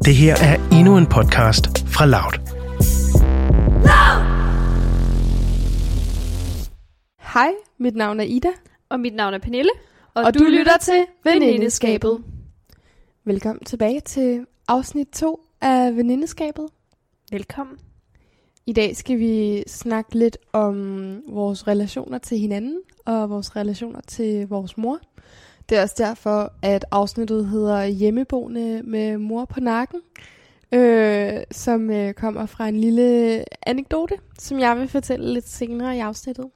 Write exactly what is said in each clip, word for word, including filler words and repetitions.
Det her er endnu en podcast fra Loud. Hej, mit navn er Ida. Og mit navn er Pernille. Og, og du, du lytter til Venindeskabet. Velkommen tilbage til afsnit to af Venindeskabet. Velkommen. I dag skal vi snakke lidt om vores relationer til hinanden og vores relationer til vores mor. Det er også derfor, at afsnittet hedder Hjemmeboende med mor på nakken, øh, som øh, kommer fra en lille anekdote, som jeg vil fortælle lidt senere i afsnittet.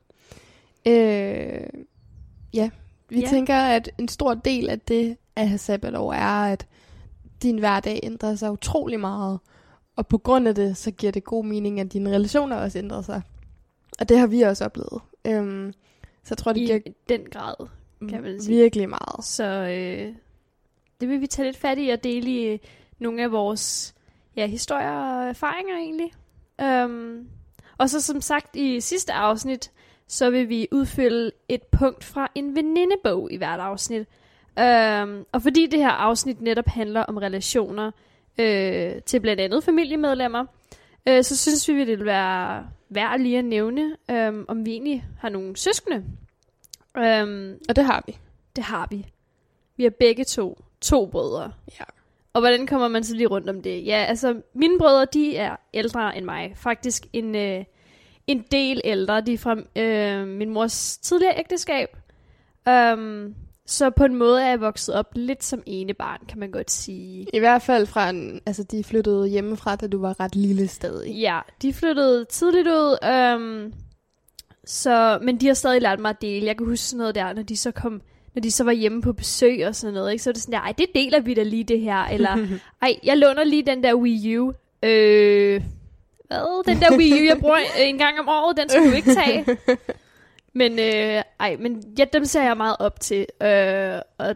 Øh, ja, vi Ja. tænker, at en stor del af det at have sabbatår er, at din hverdag ændrer sig utrolig meget. Og på grund af det, så giver det god mening, at dine relationer også ændrer sig. Og det har vi også oplevet. Øhm, så jeg tror, det I giver den grad, kan man sige. virkelig meget. Så øh, det vil vi tage lidt fat i og dele i nogle af vores ja, historier og erfaringer egentlig. Um, og så som sagt i sidste afsnit, så vil vi udfylde et punkt fra en venindebog i hvert afsnit. Um, og fordi det her afsnit netop handler om relationer øh, til blandt andet familiemedlemmer, øh, så synes vi, det vil være værd lige at nævne, øh, om vi egentlig har nogle søskende. Um, Og det har vi. det har vi. Vi har begge to, to brødre. Ja. Og hvordan kommer man så lige rundt om det? Ja, altså mine brødre, de er ældre end mig. Faktisk en, øh, en del ældre. De er fra øh, min mors tidligere ægteskab. Um, så på en måde er jeg vokset op lidt som enebarn, kan man godt sige. I hvert fald fra en, altså de flyttede hjemmefra, da du var ret lille stadig. Ja, de flyttede tidligt ud. Um, så, men de har stadig lært mig at dele. Jeg kan huske sådan noget der, når de så kom... Når de så var hjemme på besøg og sådan noget, ikke? Så er det sådan der, ej, det deler vi da lige det her. Eller, ej, jeg låner lige den der Wii U. Øh, hvad? Den der Wii U, jeg bruger en gang om året, den skal du ikke tage. Men, øh, ej, men ja, dem ser jeg meget op til. Øh, og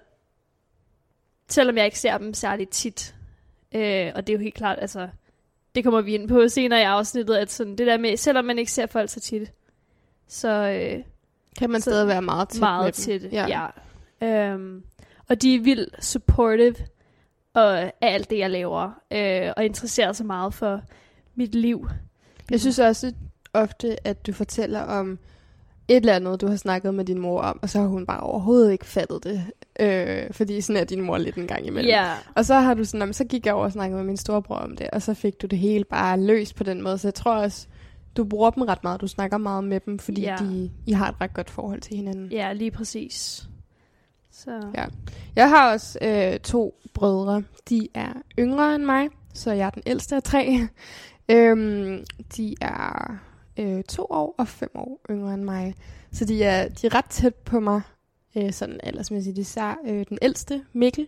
selvom jeg ikke ser dem særligt tit. Øh, og det er jo helt klart, altså, det kommer vi ind på senere i afsnittet, at sådan det der med, selvom man ikke ser folk så tit, så... Øh, Kan man Så stadig være meget tæt meget med til dem. det, ja. ja. Um, og de er vildt supportive og, af alt det, jeg laver, øh, og interesserer sig meget for mit liv. Jeg synes også ofte, at du fortæller om et eller andet, du har snakket med din mor om, og så har hun bare overhovedet ikke fattet det. Øh, fordi sådan er din mor lidt en gang imellem. Ja, Og så har du sådan, jamen, så gik jeg over og snakkede med min storebror om det, og så fik du det hele bare løst på den måde. Så jeg tror også, du bruger dem ret meget, du snakker meget med dem, fordi Ja. de, I har et ret godt forhold til hinanden. ja, lige præcis. Så. Ja. Jeg har også øh, to brødre. De er yngre end mig, så jeg er den ældste af tre. øhm, de er øh, to år og fem år yngre end mig. Så de er, de er ret tæt på mig. Øh, sådan aldersmæssigt især øh, den ældste, Mikkel.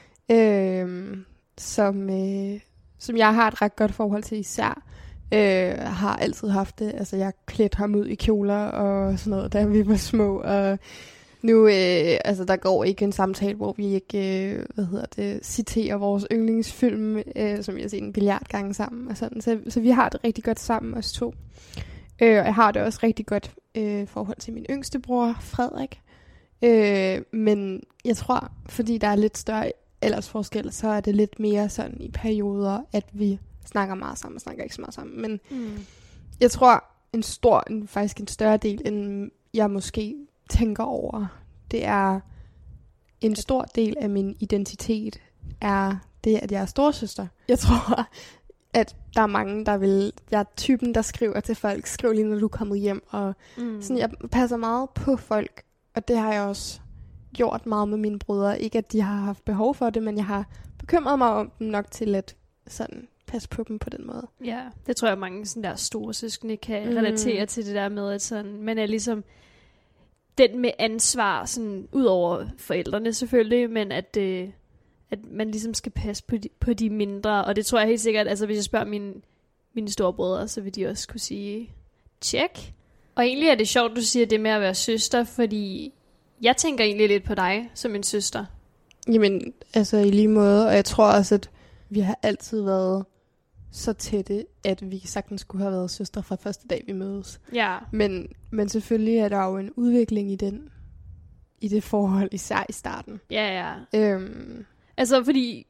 Øh, som, øh, som jeg har et ret godt forhold til især. Øh, har altid haft det. Altså jeg klædte ham ud i kjoler og sådan noget, da vi var små. Og nu, øh, altså der går ikke en samtale, hvor vi ikke, øh, hvad hedder det, citerer vores yndlingsfilm, øh, som vi har set en billiard gange sammen og sådan. Så, så vi har det rigtig godt sammen, os to. Øh, og jeg har det også rigtig godt øh, forhold til min yngste bror, Frederik. Øh, men jeg tror, fordi der er lidt større aldersforskel, så er det lidt mere sådan i perioder, at vi snakker meget sammen og snakker ikke så meget sammen. Men Mm. jeg tror, en stor, en, faktisk en større del, end jeg måske tænker over, det er en stor del af min identitet, er det, at jeg er storesøster. Jeg tror, at der er mange, der vil... Jeg er typen, der skriver til folk, skriv lige, når du er kommet hjem. Og Mm. sådan, jeg passer meget på folk, og det har jeg også gjort meget med mine brødre. Ikke, at de har haft behov for det, men jeg har bekymret mig om dem nok til at sådan passe på dem på den måde. Ja, det tror jeg, mange sådan der store søskende kan Mm. relatere til det der med, at sådan, man er ligesom den med ansvar, sådan, ud over forældrene selvfølgelig, men at, øh, at man ligesom skal passe på de, på de mindre, og det tror jeg helt sikkert, altså hvis jeg spørger mine, mine storebrødre, så vil de også kunne sige, tjek. Og egentlig er det sjovt, du siger det med at være søster, fordi jeg tænker egentlig lidt på dig som en søster. Jamen, altså i lige måde, og jeg tror også, at vi har altid været så tætte, at vi sagtens skulle have været søstre fra første dag, vi mødes. Ja. Men, men selvfølgelig er der jo en udvikling i den, i det forhold, især i starten. Ja, ja. Øhm, Altså, fordi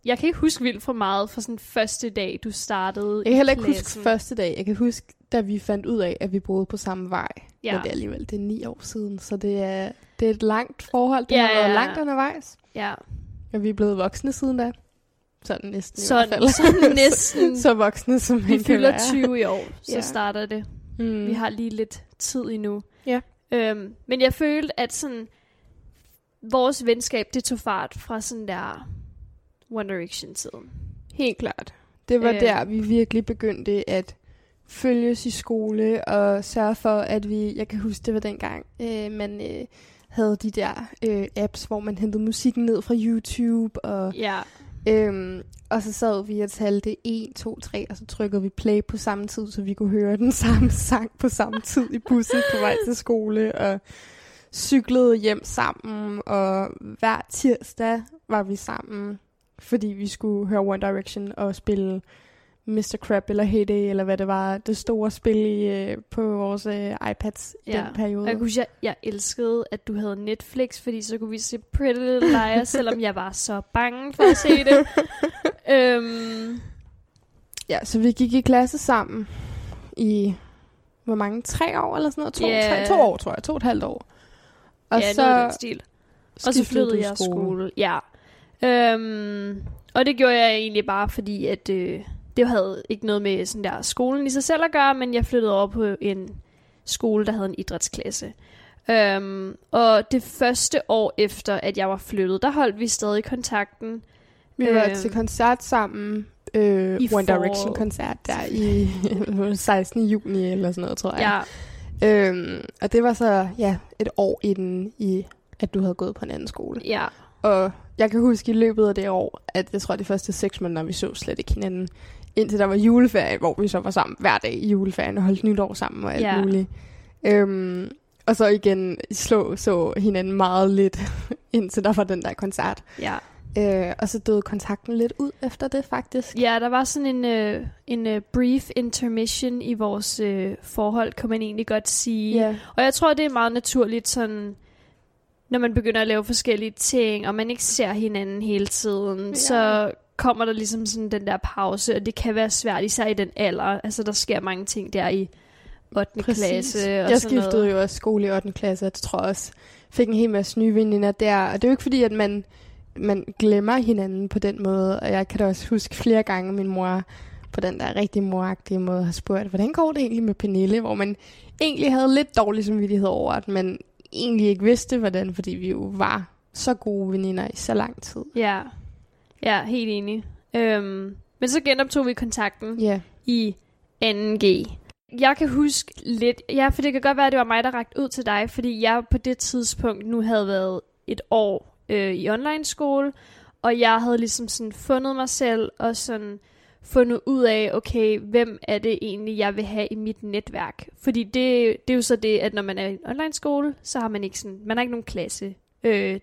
jeg kan ikke huske vildt for meget fra sådan første dag, du startede. Jeg kan heller ikke klassen. huske første dag. Jeg kan huske, da vi fandt ud af, at vi boede på samme vej. Ja. Men det er alligevel det er ni år siden, så det er, det er et langt forhold. Det Ja, har været ja. langt undervejs. Ja. Og vi er blevet voksne siden da. Sådan næsten i Sådan, hvert fald. sådan næsten. så, så voksne, som man Vi kan fylder være. tyve i år, så Ja. starter det. Mm. Vi har lige lidt tid endnu. Ja. Øhm, men jeg følte, at sådan vores venskab, det tog fart fra sådan der One Direction-tiden. Helt klart. Det var Øh. øh. der, vi virkelig begyndte at følges i skole og sørge for, at vi... Jeg kan huske, det var dengang, øh, man øh, havde de der øh, apps, hvor man hentede musikken ned fra YouTube. Og, Ja. øhm, og så sad vi og talte en, to, tre, og så trykkede vi play på samme tid, så vi kunne høre den samme sang på samme tid i bussen på vej til skole. Og cyklede hjem sammen, og hver tirsdag var vi sammen, fordi vi skulle høre One Direction og spille mister Crab eller Hey Day, eller hvad det var, det store spil i, øh, på vores øh, iPads i Ja. den periode. Og jeg kunne huske, jeg, jeg elskede, at du havde Netflix, fordi så kunne vi se Pretty Little Liars, selvom jeg var så bange for at se det. øhm, Ja, så vi gik i klasse sammen i, hvor mange, tre år eller sådan noget? To, Yeah. tre, to år, tror jeg, to og et halvt år. Og ja, så noget af den stil. Og så skiftede flyttede du jeg skole. skole. Ja. Øhm, og det gjorde jeg egentlig bare fordi, at øh, det havde ikke noget med sådan der skolen i sig selv at gøre, men jeg flyttede over på en skole, der havde en idrætsklasse. Øhm, og det første år efter, at jeg var flyttet, der holdt vi stadig kontakten. Vi var Øhm, til koncert sammen. Øh, i One foråret. Direction-koncert der i sekstende juni eller sådan noget, tror jeg. Ja, Øhm, og det var så ja, et år inden, i, at du havde gået på en anden skole. ja. Og jeg kan huske i løbet af det år, at jeg tror, de første seks måneder, vi så slet ikke hinanden. Indtil der var juleferie, hvor vi så var sammen hver dag i juleferien og holdt nytår sammen og alt Ja. muligt. Øhm, og så igen slå så hinanden meget lidt, indtil der var den der koncert. Ja. Øh, og så døde kontakten lidt ud efter det, faktisk. Ja, der var sådan en, øh, en øh, brief intermission i vores øh, forhold, kan man egentlig godt sige. Ja. Og jeg tror, det er meget naturligt, sådan, når man begynder at lave forskellige ting, og man ikke ser hinanden hele tiden, Ja. så kommer der ligesom sådan den der pause, og det kan være svært, især i den alder. Altså, der sker mange ting der i ottende klasse og Jeg sådan skiftede noget. jo også skole i ottende klasse, og jeg tror også, fik en hel masse nye veninder der. Og det er jo ikke fordi, at man, man glemmer hinanden på den måde. Og jeg kan da også huske flere gange, min mor på den der rigtig moragtige måde har spurgt, hvordan går det egentlig med Pernille? Hvor man egentlig havde lidt dårlig samvittighed over, at man egentlig ikke vidste, hvordan, fordi vi jo var så gode veninder i så lang tid. Ja, ja, helt enig. Øhm, men så genoptog vi kontakten Ja. i anden G. Jeg kan huske lidt, ja, for det kan godt være, at det var mig, der rakte ud til dig, fordi jeg på det tidspunkt nu havde været et år øh, i online skole, og jeg havde ligesom sådan fundet mig selv, og sådan fundet ud af, okay, hvem er det egentlig, jeg vil have i mit netværk? Fordi det, det er jo så det, at når man er i en online skole, så har man ikke sådan, man har ikke nogen klasse. Øh,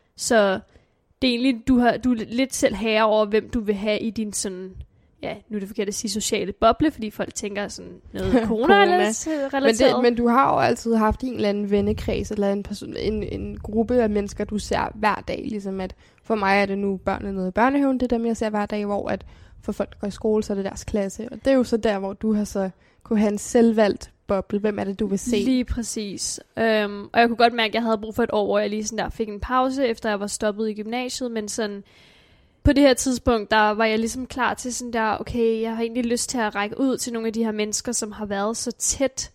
så det er egentlig, du, har, du er lidt selv herre over, hvem du vil have i din sådan, ja, nu er det forkert at sige sociale boble, fordi folk tænker sådan noget corona-relateret. Men, det, men du har jo altid haft en eller anden vennekreds, eller en, person, en, en gruppe af mennesker, du ser hver dag. Ligesom at for mig er det nu børnene nede i børnehaven, det er dem, jeg ser hver dag, hvor at for folk, der går i skole, så er det deres klasse. Og det er jo så der, hvor du har så kunne have en selvvalgt boble. Hvem er det, du vil se? Lige præcis. Um, og jeg kunne godt mærke, at jeg havde brug for et år, hvor jeg lige sådan der fik en pause, efter jeg var stoppet i gymnasiet, men sådan på det her tidspunkt, der var jeg ligesom klar til sådan der, okay, jeg har egentlig lyst til at række ud til nogle af de her mennesker, som har været så tæt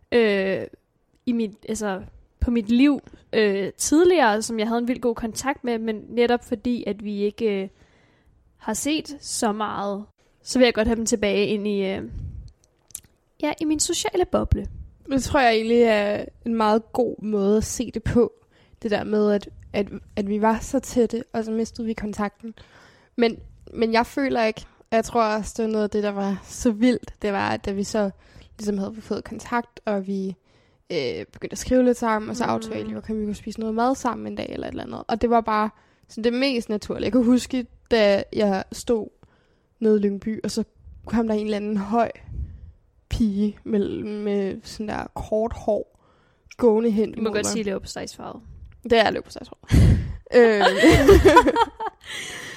øh, i mit, altså, på mit liv øh, tidligere, som jeg havde en vildt god kontakt med, men netop fordi, at vi ikke øh, har set så meget, så vil jeg godt have dem tilbage ind i, øh, ja, i min sociale boble. Det tror jeg egentlig er en meget god måde at se det på. Det der med, at, at, at vi var så tætte, og så mistede vi kontakten. Men, men jeg føler ikke, jeg tror også, det var noget af det, der var så vildt. Det var, at da vi så ligesom havde fået kontakt, og vi øh, begyndte at skrive lidt sammen, og så Mm. aftalte vi, at vi kunne spise noget mad sammen en dag, eller et eller andet. Og det var bare sådan det mest naturlige. Jeg kan huske, da jeg stod nede i Lyngby, og så kom der en eller anden høj pige med, med sådan der kort hår gående hen Du må mod godt mig. sige, at det var på stegsfarvet. Det er løb på sig, tror jeg. øh.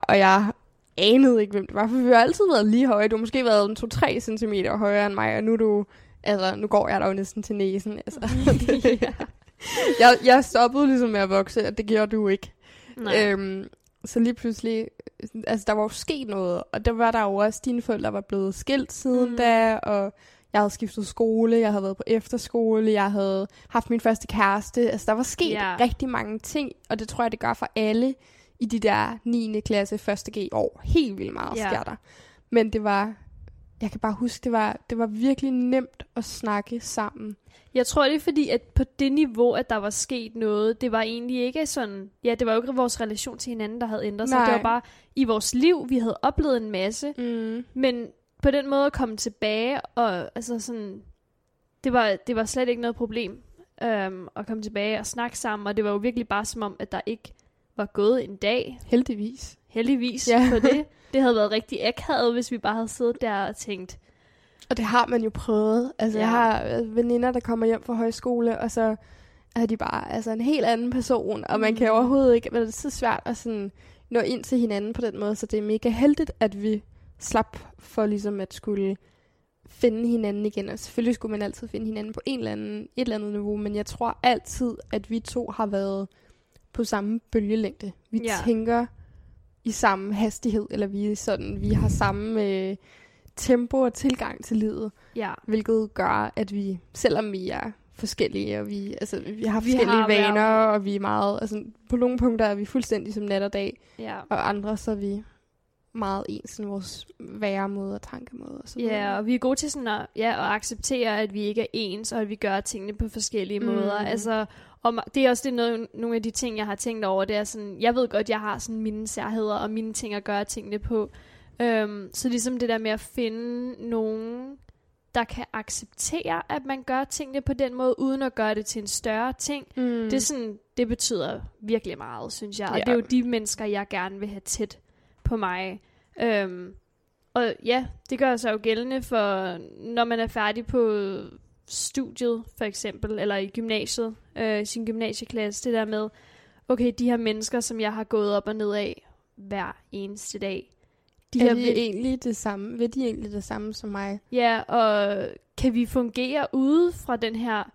og jeg anede ikke, hvem det var, for vi har altid været lige høje. Du har måske været to til tre centimeter højere end mig, og nu, er du, altså, nu går jeg der jo næsten til næsen. Altså. Ja. jeg, jeg stoppede ligesom med at vokse, og det gjorde du ikke. Nej. Øhm, så lige pludselig, altså der var jo sket noget, og der var der jo også, dine forældre var blevet skilt siden Mm. da, og jeg havde skiftet skole, jeg havde været på efterskole, jeg havde haft min første kæreste. Altså der var sket Ja. rigtig mange ting, og det tror jeg, det gør for alle i de der niende klasse, første G år. Helt vildt meget Ja. sker der. Men det var, jeg kan bare huske, det var, det var virkelig nemt at snakke sammen. Jeg tror, det er fordi, at på det niveau, at der var sket noget, det var egentlig ikke sådan... Ja, det var jo ikke vores relation til hinanden, der havde ændret sig. Nej. Det var bare i vores liv, vi havde oplevet en masse. Mm. Men på den måde at komme tilbage, og altså sådan... Det var, det var slet ikke noget problem øhm, at komme tilbage og snakke sammen. Og det var jo virkelig bare som om, at der ikke var gået en dag. Heldigvis. Heldigvis Ja. på det. Det havde været rigtig akavet, hvis vi bare havde siddet der og tænkt... Og det har man jo prøvet. Altså, Ja. jeg har øh, veninder, der kommer hjem fra højskole, og så er de bare altså, en helt anden person, og man Mm. kan overhovedet ikke, men det er så svært at sådan, nå ind til hinanden på den måde, så det er mega heldigt, at vi slap for ligesom at skulle finde hinanden igen. Og selvfølgelig skulle man altid finde hinanden på en eller anden, et eller andet niveau, men jeg tror altid, at vi to har været på samme bølgelængde. Vi Ja. tænker i samme hastighed, eller vi er sådan, vi har samme øh, tempo og tilgang til livet, Ja. hvilket gør, at vi, selvom vi er forskellige, og vi, altså, vi har Vi forskellige har hver- vaner, og vi er meget, altså på nogle punkter er vi fuldstændig som nat og dag, Ja. og andre så er vi meget ens, sådan vores væremåde og tankemåde og så videre. Ja, og vi er gode til sådan at, ja, at acceptere, at vi ikke er ens, og at vi gør tingene på forskellige Mm. måder. Altså, og ma- det er også det, noget, nogle af de ting, jeg har tænkt over. Det er sådan, jeg ved godt, jeg har sådan mine særheder og mine ting at gøre tingene på. Um, så ligesom det der med at finde nogen, der kan acceptere, at man gør tingene på den måde, uden at gøre det til en større ting. Mm. Det, er sådan, det betyder virkelig meget, synes jeg. Og Ja. det er jo de mennesker, jeg gerne vil have tæt på mig. Um, og ja, det gør sig jo gældende for, når man er færdig på studiet, for eksempel, eller i gymnasiet, øh, sin gymnasieklasse, det der med, okay, de her mennesker, som jeg har gået op og ned af hver eneste dag, de er her de vil- egentlig det samme? Vil de egentlig det samme som mig? Ja, og kan vi fungere ude fra den her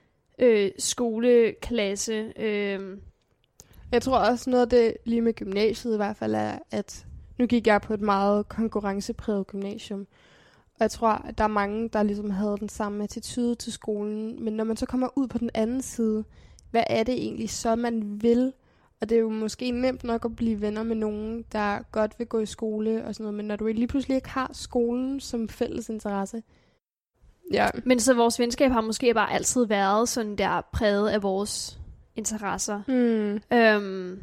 øh, skoleklasse? Øh, Jeg tror også noget af det, lige med gymnasiet i hvert fald, er, at nu gik jeg på et meget konkurrencepræget gymnasium. Og jeg tror, at der er mange, der ligesom havde den samme attitude til skolen. Men når man så kommer ud på den anden side, hvad er det egentlig så, man vil? Og det er jo måske nemt nok at blive venner med nogen, der godt vil gå i skole og sådan noget. Men når du lige pludselig ikke har skolen som fælles interesse. Ja. men så vores venskab har måske bare altid været sådan der præget af vores interesser. Hmm. Øhm,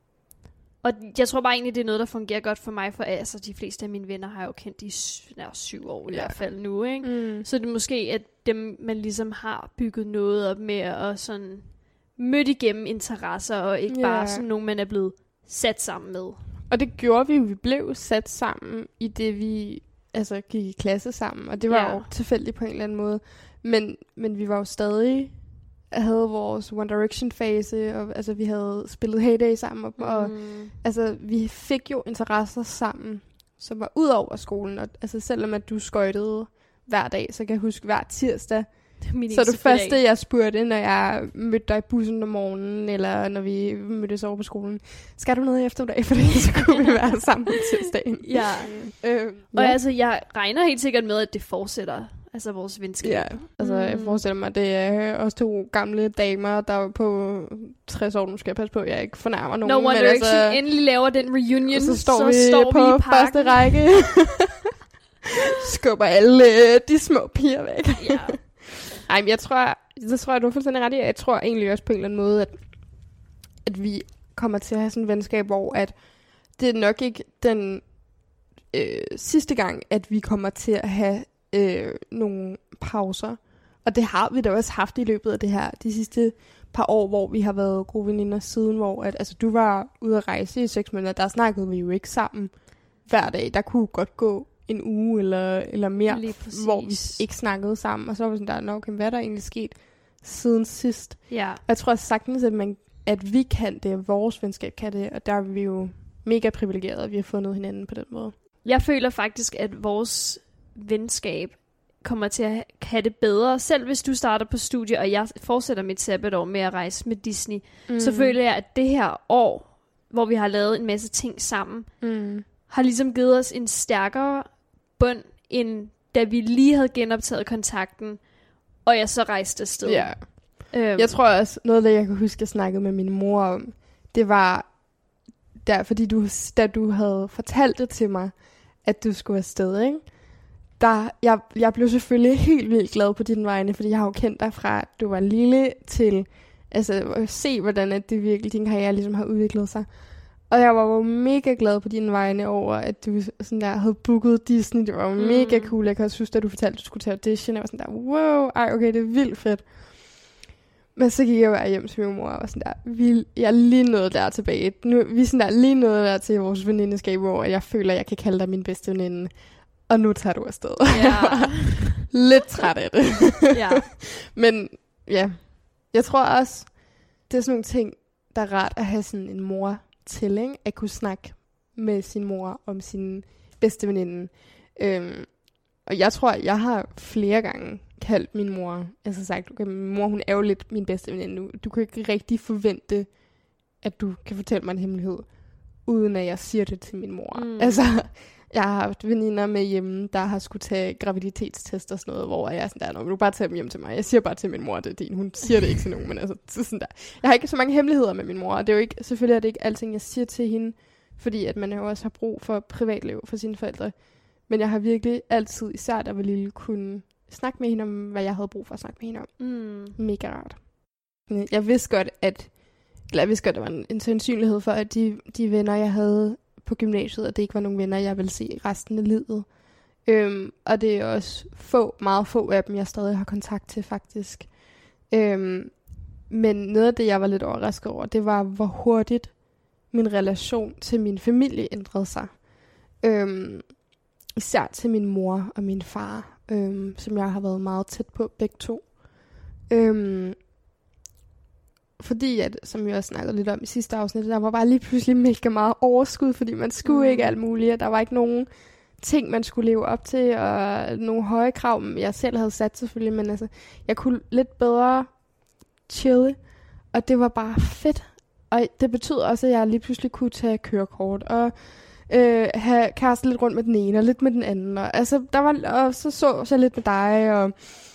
og jeg tror bare egentlig, det er noget, der fungerer godt for mig, for altså, de fleste af mine venner har jeg jo kendt i sy- nær syv år i Ja. hvert fald nu, ikke? Hmm. Så det er måske, at dem, man ligesom har bygget noget op med, og sådan mødt igennem interesser, og ikke Ja. bare sådan nogen, man er blevet sat sammen med. Og det gjorde vi jo. Vi blev sat sammen i det, vi altså, gik i klasse sammen. Og det var Ja. jo tilfældigt på en eller anden måde. Men, men vi var jo stadig havde vores One Direction-fase, og altså, vi havde spillet Hay Day sammen, og, og Mm. altså, vi fik jo interesser sammen, som var ud over skolen. Og altså, selvom at du skøjtede hver dag, så kan jeg huske hver tirsdag, Min så det eneste første, fridag. jeg spurgte, når jeg mødte dig i bussen om morgenen, eller når vi mødtes over på skolen, skal du noget i eftermiddag, for så kunne vi være sammen tirsdagen. Ja. Øh, Og altså, jeg regner helt sikkert med, at det fortsætter. Altså vores venskab. ja, altså mm. jeg Mm. forestiller mig, det er også to gamle damer, der er på tres år. Nu skal jeg passe på, at jeg ikke fornærmer nogen. No One men Direction altså, endelig laver den reunion, så står så vi står på vi i første parken. række. Skubber alle øh, de små piger væk. Ja. Ej, men jeg tror, det tror jeg, du har fuldstændig ret i. Jeg tror egentlig også på en eller anden måde, at, at vi kommer til at have sådan et venskab, hvor at det er nok ikke den øh, sidste gang, at vi kommer til at have øh, nogle pauser. Og det har vi da også haft i løbet af det her, de sidste par år, hvor vi har været gode veninder siden, hvor at, altså, du var ude at rejse i seks måneder, der snakkede vi jo ikke sammen hver dag. Der kunne godt gå en uge eller, eller mere, Lige præcis. hvor vi ikke snakkede sammen. Og så var vi sådan der, nå, okay, hvad er der egentlig sket siden sidst? Ja. Jeg tror sagtens, at, man, at vi kan det, vores venskab kan det, og der er vi jo mega privilegeret, at vi har fundet hinanden på den måde. Jeg føler faktisk, at vores venskab kommer til at have det bedre. Selv hvis du starter på studie, og jeg fortsætter mit sabbatår med at rejse med Disney, mm. så føler jeg, at det her år, hvor vi har lavet en masse ting sammen, mm. har ligesom givet os en stærkere bund, end da vi lige havde genoptaget kontakten, og jeg så rejste afsted. Ja. Øhm. Jeg tror også, noget af det, jeg kan huske, jeg snakkede med min mor om, det var, der, fordi du, da du havde fortalt det til mig, at du skulle afsted, ikke? Der, jeg, jeg blev selvfølgelig helt vildt glad på dine vegne, fordi jeg har jo kendt dig fra, at du var lille til, altså at se, hvordan at det virkelig, din karriere ligesom har udviklet sig. Og jeg var jo mega glad på dine vegne over, at du sådan der havde booket Disney. Det var jo mm. mega cool. Jeg kan også huske, at du fortalte, at du skulle til audition. Jeg var sådan der, wow, ej, okay, det er vildt fedt. Men så gik jeg bare hjem til min mor og var sådan der, vi, jeg er lige nået der tilbage. Nu, vi er sådan der lige nået der til vores venindeskab, hvor jeg føler, at jeg kan kalde dig min bedste veninde. Og nu tager du afsted. Ja. Jeg var lidt træt af det. Ja. Men ja, jeg tror også, det er sådan nogle ting, der er rart at have sådan en mor til, ikke? At kunne snakke med sin mor om sin bedste veninde. Øhm, og jeg tror, jeg har flere gange kaldt min mor, altså sagt, okay, min mor, hun er jo lidt min bedste veninde nu. Du kan ikke rigtig forvente, at du kan fortælle mig en hemmelighed, uden at jeg siger det til min mor. Mm. Altså, jeg har haft veninder med hjemme, der har skulle tage graviditetstest og sådan noget, hvor jeg er sådan der, vil du bare tage dem hjem til mig? Jeg siger bare til min mor, det er din. Hun siger det ikke til nogen, men altså, sådan der. Jeg har ikke så mange hemmeligheder med min mor, og det er jo ikke, selvfølgelig er det ikke alting, jeg siger til hende, fordi at man jo også har brug for privatliv for sine forældre. Men jeg har virkelig altid, især da jeg var lille, kunne snakke med hende om, hvad jeg havde brug for at snakke med hende om. Mm. Mega rart. Jeg vidste godt, at, eller jeg vidste godt, at der var en, en sandsynlighed for, at de, de venner, jeg havde på gymnasiet, at det ikke var nogle venner, jeg ville se resten af livet. Øhm, og det er også få, meget få af dem, jeg stadig har kontakt til, faktisk. Øhm, men noget af det, jeg var lidt overrasket over, det var, hvor hurtigt min relation til min familie ændrede sig. Øhm, især til min mor og min far, øhm, som jeg har været meget tæt på, begge to. Øhm, Fordi, at, som vi også snakkede lidt om i sidste afsnit, der var bare lige pludselig mega meget overskud, fordi man skulle mm. ikke alt muligt. Der var ikke nogen ting, man skulle leve op til, og nogle høje krav, jeg selv havde sat selvfølgelig, men altså, jeg kunne lidt bedre chille, og det var bare fedt. Og det betød også, at jeg lige pludselig kunne tage kørekort, og øh, have kastet lidt rundt med den ene, og lidt med den anden. Og, altså, der var, og så så jeg lidt med dig, og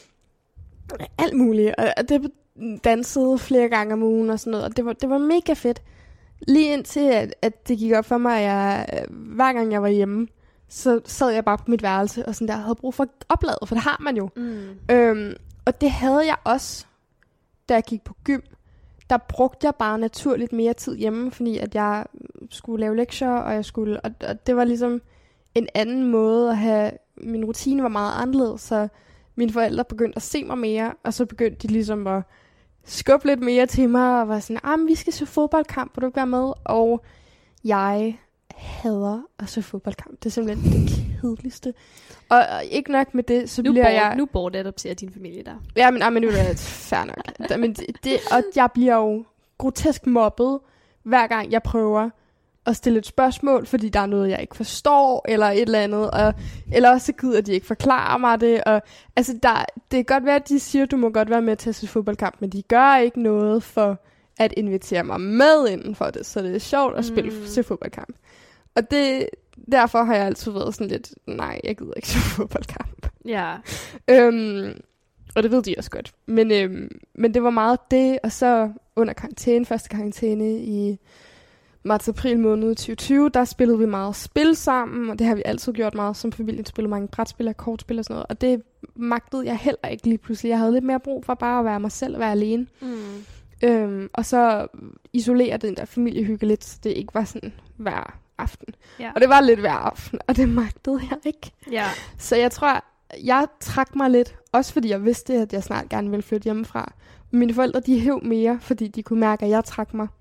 alt muligt. Og det dansede flere gange om ugen og sådan noget, og det var, det var mega fedt. Lige indtil, at, at det gik op for mig, at jeg, hver gang jeg var hjemme, så sad jeg bare på mit værelse, og sådan der havde brug for opladet, for det har man jo. Mm. Øhm, og det havde jeg også, da jeg gik på gym. Der brugte jeg bare naturligt mere tid hjemme, fordi at jeg skulle lave lektier, og jeg skulle, og, og det var ligesom en anden måde at have, min rutine var meget anderledes, så mine forældre begyndte at se mig mere, og så begyndte de ligesom at skubbe lidt mere til mig, og var sådan, ah, men vi skal se fodboldkamp, vil du ikke være med? Og jeg hader at se fodboldkamp. Det er simpelthen det kedeligste. Og, og ikke nok med det, så nu bliver bort, jeg... Nu bortadopterer din familie der. Ja, men, ah, men nu er det fair nok. Da, men det, det, og jeg bliver jo grotesk mobbet, hver gang jeg prøver at stille et spørgsmål, fordi der er noget, jeg ikke forstår, eller et eller andet, og, eller også så gider de ikke forklare mig det, og altså, der, det kan godt være, at de siger, at du må godt være med til at se fodboldkamp, men de gør ikke noget for at invitere mig med inden for det, så det er sjovt at spille mm. se fodboldkamp. Og det, derfor har jeg altid været sådan lidt, nej, jeg gider ikke se fodboldkamp. Ja. Øhm, og det ved de også godt. Men, øhm, men det var meget det, og så under karantæne, første karantæne i marts-april måned tyve tyve, der spillede vi meget spil sammen, og det har vi altid gjort meget som familie, spillet mange brætspil og kortspil og sådan noget, og det magtede jeg heller ikke lige pludselig. Jeg havde lidt mere brug for bare at være mig selv og være alene. Mm. Øhm, og så isolere den der familiehygge lidt, så det ikke var sådan hver aften. Ja. Og det var lidt hver aften, og det magtede jeg ikke. Ja. Så jeg tror, jeg trak mig lidt, også fordi jeg vidste, at jeg snart gerne ville flytte hjemmefra. Mine forældre, de hæv mere, fordi de kunne mærke, at jeg trak mig.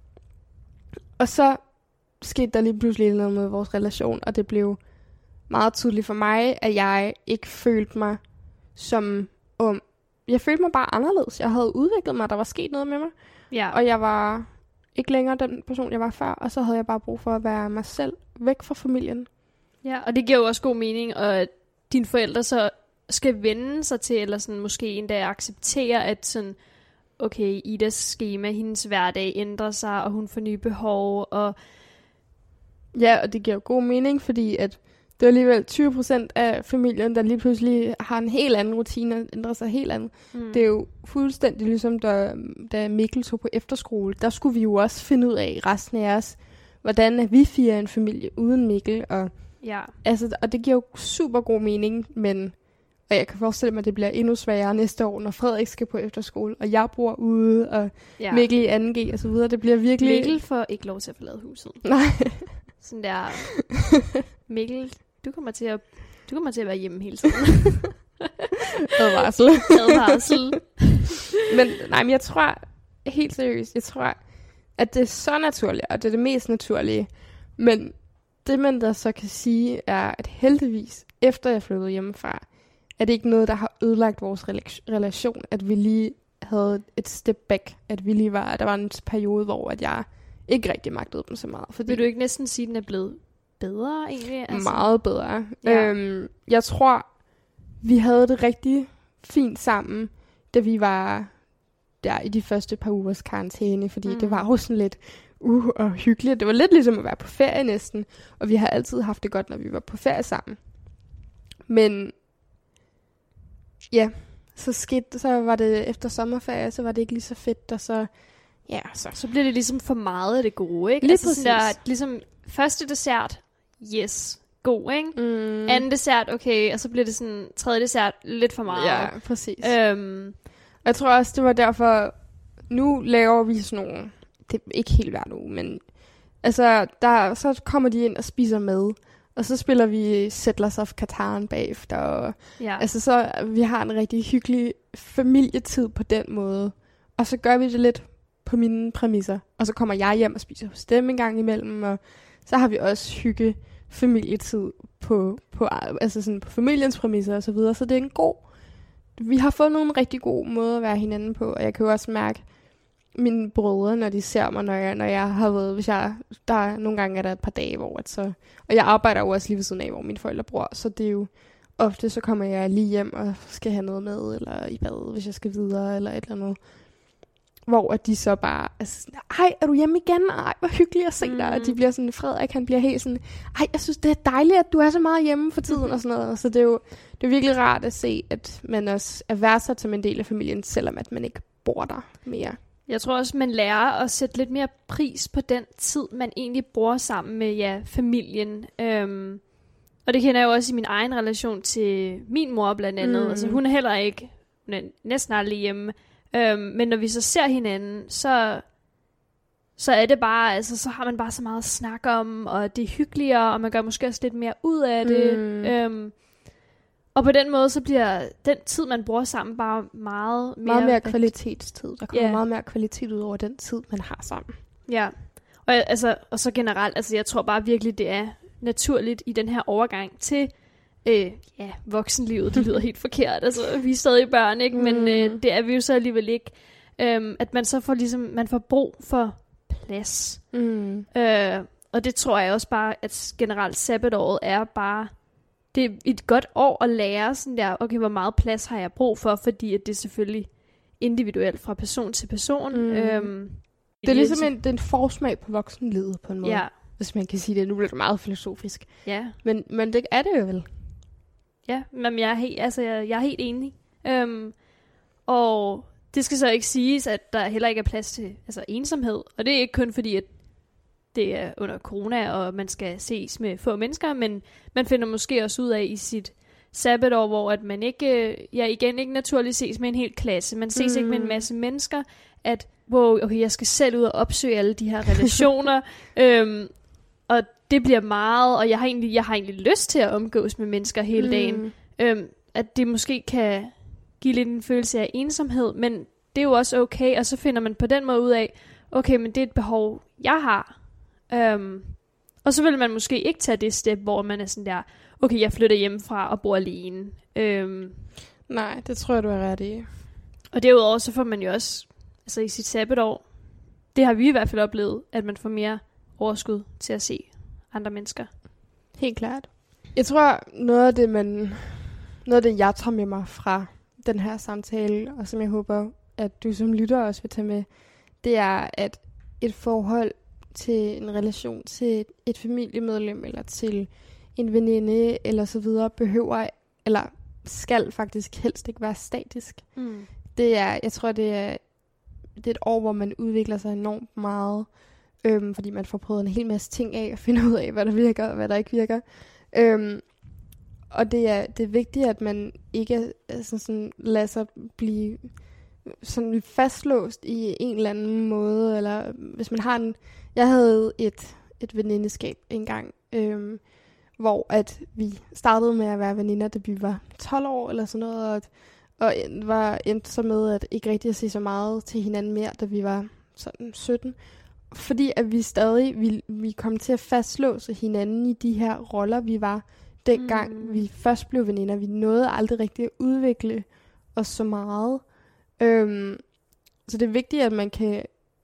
Og så skete der lige pludselig noget med vores relation, og det blev meget tydeligt for mig, at jeg ikke følte mig som om... Jeg følte mig bare anderledes. Jeg havde udviklet mig, der var sket noget med mig. Ja. Og jeg var ikke længere den person, jeg var før, og så havde jeg bare brug for at være mig selv, væk fra familien. Ja, og det giver jo også god mening, at dine forældre så skal vende sig til, eller sådan måske endda acceptere, at sådan, okay, Idas skema, hendes hverdag ændrer sig, og hun får nye behov, og... Ja, og det giver jo god mening, fordi at det er alligevel tyve procent af familien, der lige pludselig har en helt anden rutine, og ændrer sig helt andet. Mm. Det er jo fuldstændig ligesom, da, da Mikkel tog på efterskole. Der skulle vi jo også finde ud af, resten af os, hvordan er vi fire en familie uden Mikkel. Og, ja. altså, og det giver jo super god mening, men og jeg kan forestille mig, at det bliver endnu sværere næste år, når Frederik skal på efterskole, og jeg bor ude, og ja. Mikkel i anden G og så videre. Det bliver virkelig... Mikkel får ikke lov til at forlade huset. Nej. Sådan der... Mikkel, du kommer til at, du kommer til at være hjemme hele tiden. Advarsel. Advarsel. Men nej, men jeg tror, helt seriøst, jeg tror, at det er så naturligt, og det er det mest naturlige. Men det, man der så kan sige, er, at heldigvis, efter jeg flyttede hjemmefra, er det ikke noget, der har ødelagt vores relation, at vi lige havde et step back, at vi lige var, der var en periode, hvor at jeg ikke rigtig magtede dem så meget. Fordi vil du ikke næsten sige, at den er blevet bedre egentlig? Altså? Meget bedre. Ja. Øhm, jeg tror, vi havde det rigtig fint sammen, da vi var der i de første par ugers karantæne, fordi mm. det var jo sådan lidt uh, og hyggeligt. Det var lidt ligesom at være på ferie næsten, og vi har altid haft det godt, når vi var på ferie sammen. Men ja, så skete, så var det efter sommerferie, så var det ikke lige så fedt, og så ja, så, så bliver det ligesom for meget af det gode, ikke? Lige altså sådan der, ligesom første dessert, yes, god, ikke? Mm. Anden dessert, okay, og så bliver det sådan, tredje dessert, lidt for meget. Ja, præcis. Øhm. Jeg tror også, det var derfor, nu laver vi sådan nogle, det er ikke helt hver uge, men altså, der, så kommer de ind og spiser med, og så spiller vi Settlers of Catan bagefter, og ja. altså så, vi har en rigtig hyggelig familietid på den måde, og så gør vi det lidt på mine præmisser, og så kommer jeg hjem og spiser hos dem en gang imellem, og så har vi også hygge familietid på, på, altså sådan på familiens præmisser og så videre, så det er en god, vi har fundet en rigtig god måde at være hinanden på, og jeg kan jo også mærke mine brødre, når de ser mig, når jeg, når jeg har været, hvis jeg, der er nogle gange er der et par dage, hvor at så, og jeg arbejder jo også lige ved siden af, hvor mine forældre bor, så det er jo ofte, så kommer jeg lige hjem og skal have noget med, eller i bad, hvis jeg skal videre, eller et eller andet. Hvor at de så bare er sådan, ej, er du hjemme igen? Ej, hvor hyggeligt at se dig. Mm. Og de bliver sådan, Frederik, han bliver helt sådan, ej, jeg synes, det er dejligt, at du er så meget hjemme for tiden, og sådan noget. Så det er jo det er virkelig rart at se, at man også er værdsat som en del af familien, selvom at man ikke bor der mere. Jeg tror også, man lærer at sætte lidt mere pris på den tid, man egentlig bruger sammen med ja, familien. Øhm, og det kender jeg jo også i min egen relation til min mor blandt andet. Mm. Altså, hun er heller ikke, hun er næsten aldrig hjemme. Øhm, men når vi så ser hinanden, så, så er det bare, altså, så har man bare så meget at snakke om, og det er hyggeligere, og man gør måske også lidt mere ud af det. Mm. Øhm, og på den måde, så bliver den tid, man bruger sammen, bare meget mere... Meget mere kvalitetstid. Der kommer yeah. meget mere kvalitet ud over den tid, man har sammen. Ja, og, altså, og så generelt, altså jeg tror bare virkelig, det er naturligt i den her overgang til... Øh, ja, voksenlivet, det lyder helt forkert, altså vi er stadig børn, ikke, men øh, det er vi jo så alligevel ikke, øhm, at man så får ligesom, man får brug for plads, mm. øh, og det tror jeg også bare, at generelt sabbatåret er bare, det er et godt år at lære sådan der, okay, hvor meget plads har jeg brug for, fordi at det er selvfølgelig individuelt fra person til person. Mm. Øhm, det er ligesom en, det er en forsmag på voksenlivet på en måde, ja. Hvis man kan sige det, nu bliver det meget filosofisk, ja. men, men det er det jo vel. Ja, men jeg er helt, altså jeg, jeg er helt enig. Øhm, og det skal så ikke siges, at der heller ikke er plads til altså ensomhed. Og det er ikke kun fordi, at det er under corona, og man skal ses med få mennesker, men man finder måske også ud af i sit sabbatår, hvor at man ikke, ja igen ikke naturligt ses med en hel klasse. Man ses mm. ikke med en masse mennesker, at wow, okay, jeg skal selv ud og opsøge alle de her relationer. øhm, og det bliver meget, og jeg har egentlig, jeg har egentlig lyst til at omgås med mennesker hele mm. dagen. Øhm, at det måske kan give lidt en følelse af ensomhed, men det er jo også okay, og så finder man på den måde ud af, okay, men det er et behov, jeg har. Øhm, og så vil man måske ikke tage det step, hvor man er sådan der, okay, jeg flytter hjemmefra og bor alene. Øhm, Nej, det tror jeg, du er ret i. og derudover så får man jo også, altså i sit sabbatår, det har vi i hvert fald oplevet, at man får mere overskud til at se andre mennesker. Helt klart. Jeg tror, noget af det, man, noget af det, jeg tager med mig fra den her samtale, og som jeg håber, at du som lytter også vil tage med, det er, at et forhold til en relation til et familiemedlem, eller til en veninde, eller så videre, behøver, eller skal faktisk helst ikke være statisk. Mm. Det er, jeg tror, det er, det er et år, hvor man udvikler sig enormt meget, øhm, fordi man får prøvet en hel masse ting af, og finder ud af, hvad der virker, og hvad der ikke virker. Øhm, og det er, det er vigtigt, at man ikke altså sådan, lader sig blive sådan fastlåst i en eller anden måde, eller hvis man har en... Jeg havde et, et venindeskab engang, øhm, hvor at vi startede med at være veninder, da vi var tolv år, eller sådan noget, og, og var endt så med at ikke rigtig at se så meget til hinanden mere, da vi var sådan sytten. Fordi at vi stadig, vi, vi kom til at fastlåse hinanden i de her roller, vi var dengang mm. vi først blev veninder. Vi nåede aldrig rigtig at udvikle os så meget. Øhm, så det er vigtigt, at man kan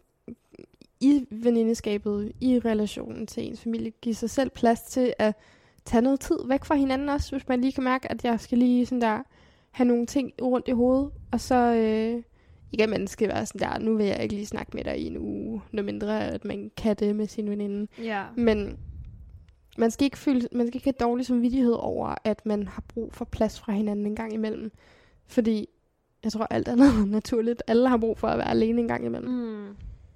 i venindeskabet, i relationen til ens familie, give sig selv plads til at tage noget tid væk fra hinanden også, hvis man lige kan mærke, at jeg skal lige sådan der have nogle ting rundt i hovedet, og så øh, ikke at man skal være sådan der, nu vil jeg ikke lige snakke med dig i en uge, noget mindre, at man kan det med sin veninde. Ja. Men man skal ikke føle, man skal ikke have dårlig samvittighed over, at man har brug for plads fra hinanden en gang imellem. Fordi jeg tror alt andet er naturligt. Alle har brug for at være alene en gang imellem. Mm.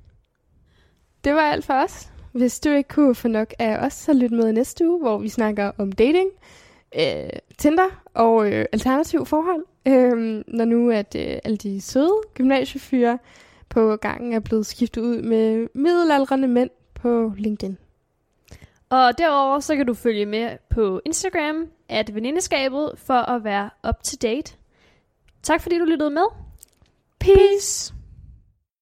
Det var alt for os. Hvis du ikke kunne få nok af os, så lyt med næste uge, hvor vi snakker om dating, øh, Tinder og øh, alternative forhold. Øh, når nu at øh, alle de søde gymnasiefyre på gangen er blevet skiftet ud med middelaldrende mænd på LinkedIn. Og derover så kan du følge med på Instagram at venindeskabet for at være up to date. Tak fordi du lyttede med. Peace!